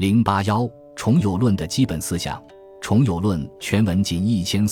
081重有论的基本思想。重有论全文仅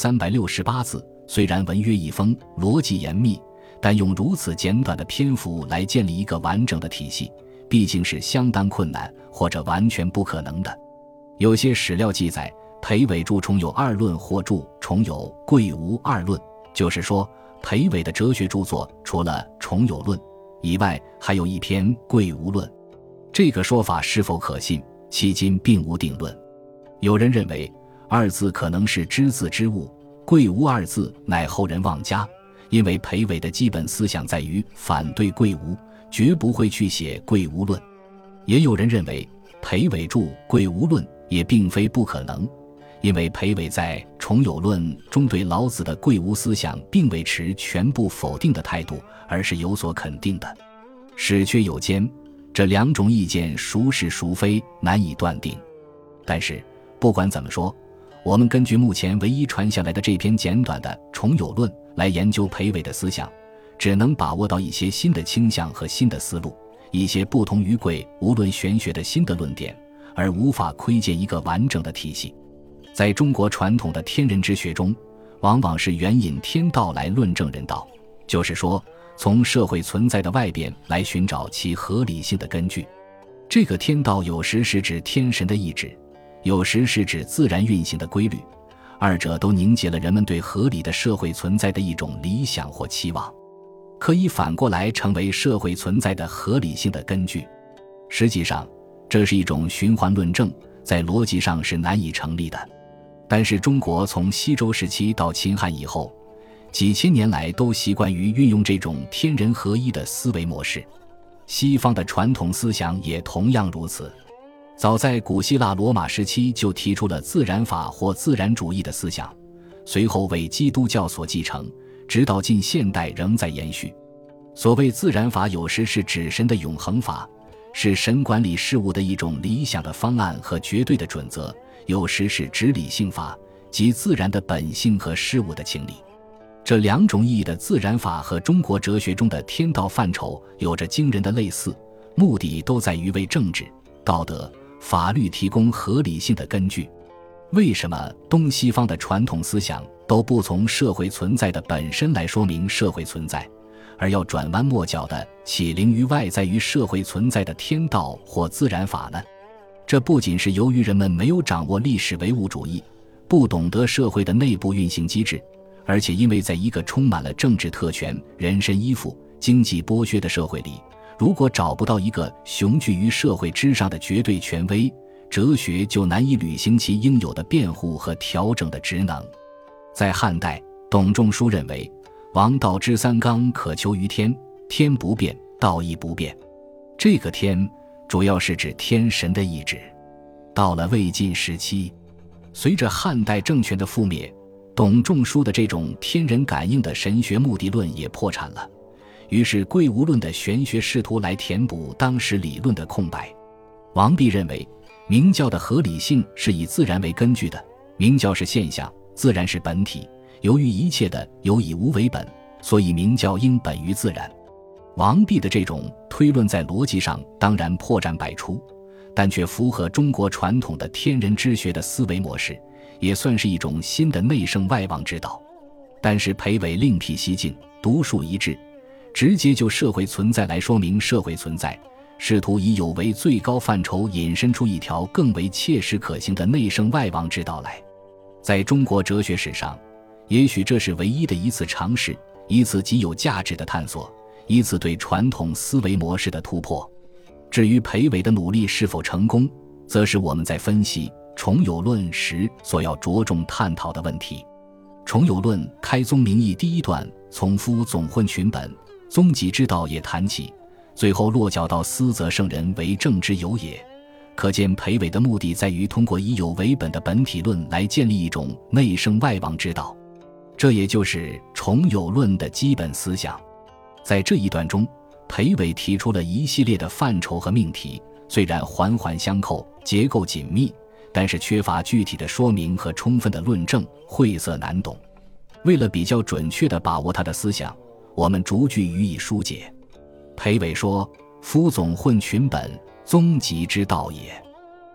1368字，虽然文约一封，逻辑严密，但用如此简短的篇幅来建立一个完整的体系，毕竟是相当困难或者完全不可能的。有些史料记载，裴伟著重有二论或著重有贵无二论，就是说裴伟的哲学著作除了重有论以外，还有一篇贵无论。这个说法是否可信，迄今并无定论。有人认为二字可能是只字之误，贵无二字乃后人妄加，因为裴伟的基本思想在于反对贵无，绝不会去写贵无论。也有人认为裴伟著贵无论也并非不可能，因为裴伟在重有论中对老子的贵无思想并未持全部否定的态度，而是有所肯定的。史缺有间，这两种意见孰是孰非难以断定。但是不管怎么说，我们根据目前唯一传下来的这篇简短的重有论来研究裴伟的思想，只能把握到一些新的倾向和新的思路，一些不同于贵无论玄学的新的论点，而无法窥见一个完整的体系。在中国传统的天人之学中，往往是援引天道来论证人道，就是说从社会存在的外边来寻找其合理性的根据。这个天道有时是指天神的意志，有时是指自然运行的规律，二者都凝结了人们对合理的社会存在的一种理想或期望，可以反过来成为社会存在的合理性的根据。实际上这是一种循环论证，在逻辑上是难以成立的。但是中国从西周时期到秦汉以后，几千年来都习惯于运用这种天人合一的思维模式，西方的传统思想也同样如此。早在古希腊罗马时期就提出了自然法或自然主义的思想，随后为基督教所继承，直到近现代仍在延续。所谓自然法有时是指神的永恒法，是神管理事物的一种理想的方案和绝对的准则，有时是指理性法，即自然的本性和事物的情理。这两种意义的自然法和中国哲学中的天道范畴有着惊人的类似，目的都在于为政治、道德、法律提供合理性的根据。为什么东西方的传统思想都不从社会存在的本身来说明社会存在，而要转弯抹角地起灵于外在于社会存在的天道或自然法呢？这不仅是由于人们没有掌握历史唯物主义，不懂得社会的内部运行机制，而且因为在一个充满了政治特权、人身依附、经济剥削的社会里，如果找不到一个雄踞于社会之上的绝对权威，哲学就难以履行其应有的辩护和调整的职能。在汉代，董仲舒认为王道之三纲可求于天，天不变，道亦不变。这个天主要是指天神的意志。到了魏晋时期，随着汉代政权的覆灭，董仲舒的这种天人感应的神学目的论也破产了，于是贵无论的玄学试图来填补当时理论的空白。王弼认为明教的合理性是以自然为根据的，明教是现象，自然是本体，由于一切的有以无为本，所以明教应本于自然。王弼的这种推论在逻辑上当然破绽百出，但却符合中国传统的天人之学的思维模式，也算是一种新的内圣外王之道。但是裴伟另辟蹊径，独树一帜，直接就社会存在来说明社会存在，试图以有为最高范畴引申出一条更为切实可行的内圣外王之道来。在中国哲学史上，也许这是唯一的一次尝试，一次极有价值的探索，一次对传统思维模式的突破。至于裴伟的努力是否成功，则是我们在分析重有论时所要着重探讨的问题。重有论开宗明义第一段从夫总混群本，宗己之道也谈起，最后落脚到思则圣人为政之有也。可见裴伟的目的在于通过以有为本的本体论来建立一种内圣外王之道，这也就是重有论的基本思想。在这一段中，裴伟提出了一系列的范畴和命题，虽然环环相扣，结构紧密，但是缺乏具体的说明和充分的论证，晦涩难懂。为了比较准确地把握他的思想，我们逐句予以疏解。裴伟说：夫总混群本，宗己之道也。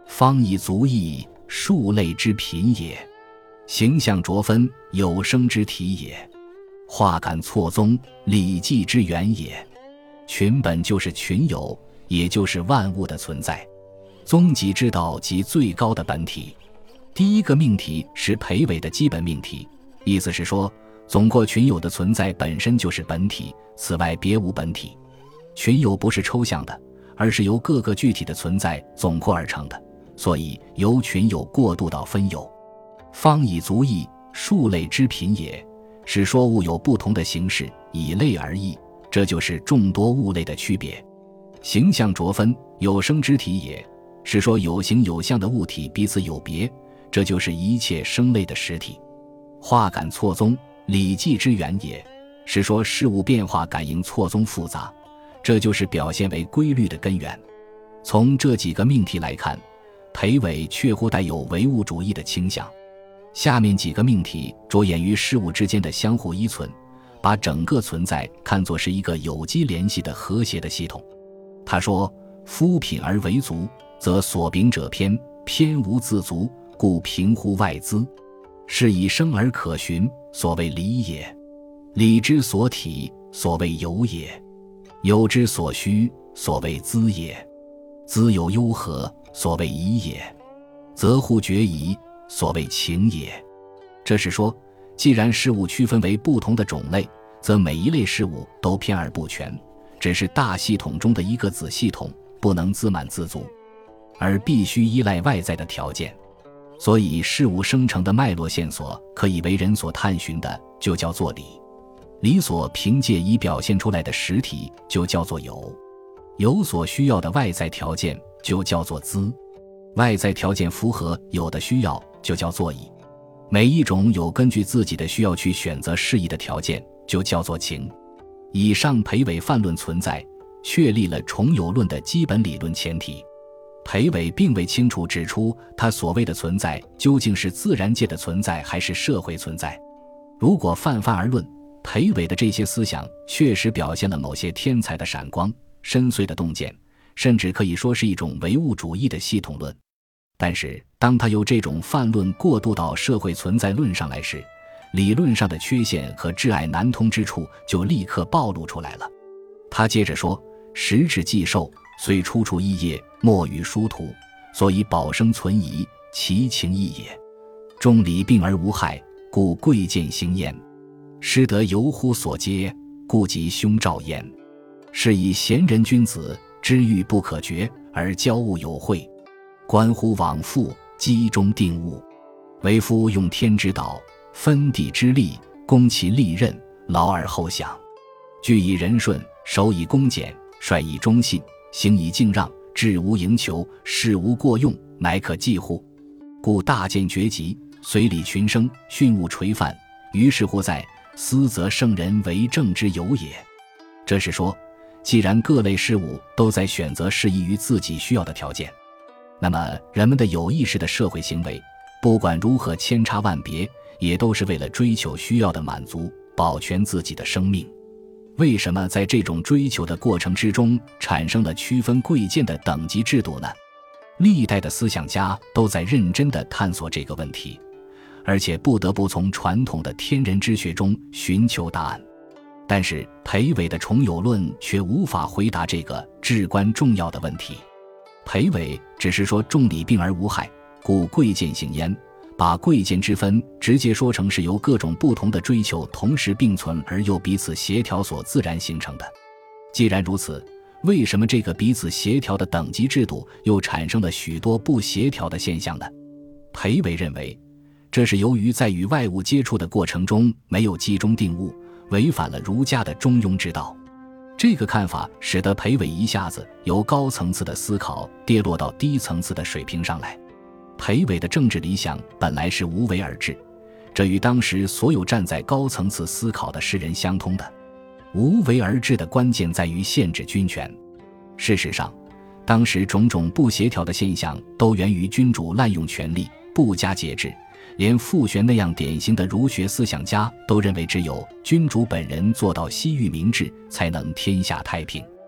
方以足义，数类之品也。形象着分，有生之体也。化感错综，理纪之源也。群本就是群有，也就是万物的存在。宗极之道即最高的本体。第一个命题是裴伟的基本命题，意思是说，总括群有的存在本身就是本体，此外别无本体。群有不是抽象的，而是由各个具体的存在总括而成的，所以由群有过渡到分有。方以足义，数类之品也，是说物有不同的形式，以类而异，这就是众多物类的区别。形象着分，有生之体也，是说有形有相的物体彼此有别，这就是一切生类的实体。化感错综，理纪之源也，是说事物变化感应错综复杂，这就是表现为规律的根源。从这几个命题来看，裴伟确乎带有唯物主义的倾向。下面几个命题着眼于事物之间的相互依存，把整个存在看作是一个有机联系的和谐的系统。他说：夫品而为足，则所秉者偏，偏无自足，故平乎外资。是以生而可循，所谓理也。理之所体，所谓有也。有之所需，所谓资也。资有幽和，所谓宜也。则互决宜，所谓情也。这是说，既然事物区分为不同的种类，则每一类事物都偏而不全，只是大系统中的一个子系统，不能自满自足，而必须依赖外在的条件。所以事物生成的脉络线索可以为人所探寻的，就叫做理。理所凭借以表现出来的实体，就叫做有。有所需要的外在条件，就叫做资。外在条件符合有的需要，就叫做宜。每一种有根据自己的需要去选择适宜的条件，就叫做情。以上裴伟泛论存在，确立了重有论的基本理论前提。裴伟并未清楚指出他所谓的存在究竟是自然界的存在还是社会存在。如果泛泛而论，裴伟的这些思想确实表现了某些天才的闪光、深邃的洞见，甚至可以说是一种唯物主义的系统论。但是当他由这种泛论过渡到社会存在论上来时，理论上的缺陷和挚爱难通之处就立刻暴露出来了。他接着说：时至既寿，虽出处异业，莫与殊途，所以保生存疑，其情异也。众理并而无害，故贵贱行焉。师德由乎所接，故及凶兆焉。是以贤人君子，知欲不可决，而交物有会，关乎往复，机中定物。为夫用天之道，分地之利，攻其利刃，劳而后享。据以仁顺，守以恭俭，率以忠信，行以敬让，志无营求，事无过用，乃可济乎？故大见厥极，随理群生，训务垂范，于是乎在斯则圣人为政之有也。这是说，既然各类事物都在选择适宜于自己需要的条件，那么人们的有意识的社会行为，不管如何千差万别，也都是为了追求需要的满足，保全自己的生命。为什么在这种追求的过程之中产生了区分贵贱的等级制度呢？历代的思想家都在认真地探索这个问题，而且不得不从传统的天人之学中寻求答案。但是裴伟的重有论却无法回答这个至关重要的问题。裴伟只是说众理并而无害，故贵贱行焉，把贵贱之分直接说成是由各种不同的追求同时并存而又彼此协调所自然形成的。既然如此，为什么这个彼此协调的等级制度又产生了许多不协调的现象呢？裴伟认为，这是由于在与外物接触的过程中没有集中定物，违反了儒家的中庸之道。这个看法使得裴伟一下子由高层次的思考跌落到低层次的水平上来。裴伟的政治理想本来是无为而治，这与当时所有站在高层次思考的士人相通的。无为而治的关键在于限制军权。事实上，当时种种不协调的现象都源于君主滥用权力，不加节制。连傅玄那样典型的儒学思想家都认为，只有君主本人做到西域明治，才能天下太平。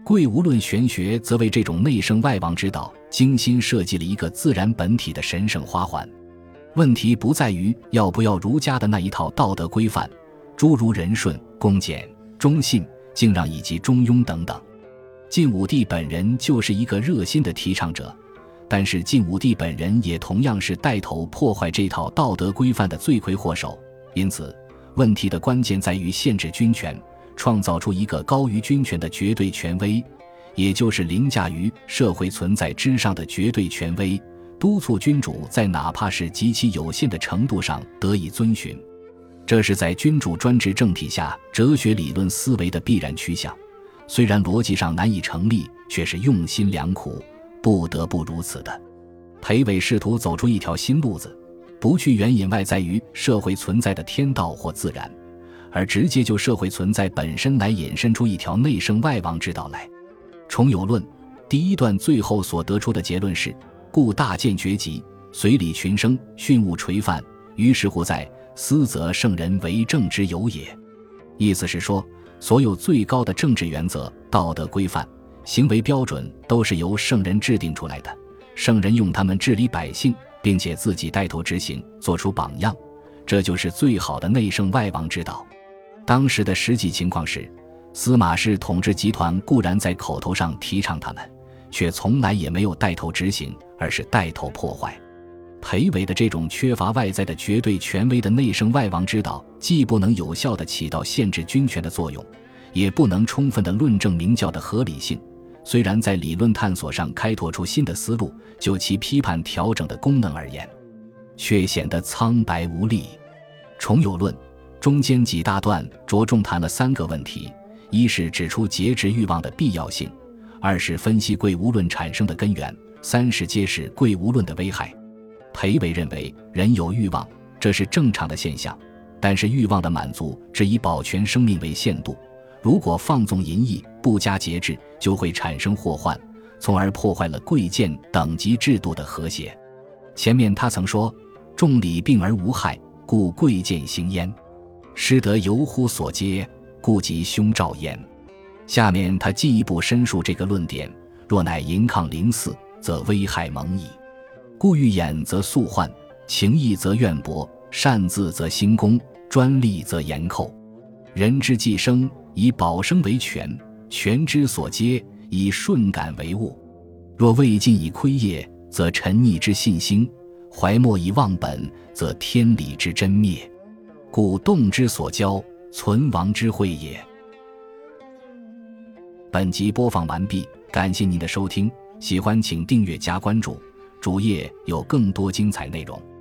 贵无论玄学则为这种内圣外王之道精心设计了一个自然本体的神圣花环。问题不在于要不要儒家的那一套道德规范，诸如仁顺、恭俭、忠信、敬让以及中庸等等。晋武帝本人就是一个热心的提倡者，但是晋武帝本人也同样是带头破坏这套道德规范的罪魁祸首。因此问题的关键在于限制军权，创造出一个高于军权的绝对权威，也就是凌驾于社会存在之上的绝对权威，督促君主在哪怕是极其有限的程度上得以遵循。这是在君主专制政体下哲学理论思维的必然趋向，虽然逻辑上难以成立，却是用心良苦，不得不如此的。裴伟试图走出一条新路子，不去援引外在于社会存在的天道或自然，而直接就社会存在本身来引申出一条内圣外王之道来。重有论第一段最后所得出的结论是：故大见厥极，随理群生，训务垂范，于是乎在斯则圣人为政之有也。意思是说，所有最高的政治原则、道德规范、行为标准都是由圣人制定出来的，圣人用他们治理百姓，并且自己带头执行，做出榜样，这就是最好的内圣外王之道。当时的实际情况是，司马氏统治集团固然在口头上提倡他们，却从来也没有带头执行，而是带头破坏。裴伟的这种缺乏外在的绝对权威的内圣外王之道，既不能有效地起到限制军权的作用，也不能充分地论证明教的合理性。虽然在理论探索上开拓出新的思路，就其批判调整的功能而言，却显得苍白无力。重有论中间几大段着重谈了3个问题：一是指出节制欲望的必要性，二是分析贵无论产生的根源，三是揭示贵无论的危害。裴伟认为，人有欲望，这是正常的现象，但是欲望的满足只以保全生命为限度，如果放纵淫逸，不加节制，就会产生祸患，从而破坏了贵贱等级制度的和谐。前面他曾说，众礼并而无害，故贵贱兴焉，失德由乎所接，故及凶兆焉。下面他进一步申述这个论点：若乃淫亢凌肆，则危害猛矣。故欲掩则速患，情义则怨薄，擅自则兴功，专利则严寇。人之既生，以保生为权，权之所接，以顺感为物。若未尽以亏业，则沉溺之信心，怀莫以忘本，则天理之真灭。故动之所交，存亡之会也。本集播放完毕，感谢您的收听，喜欢请订阅加关注，主页有更多精彩内容。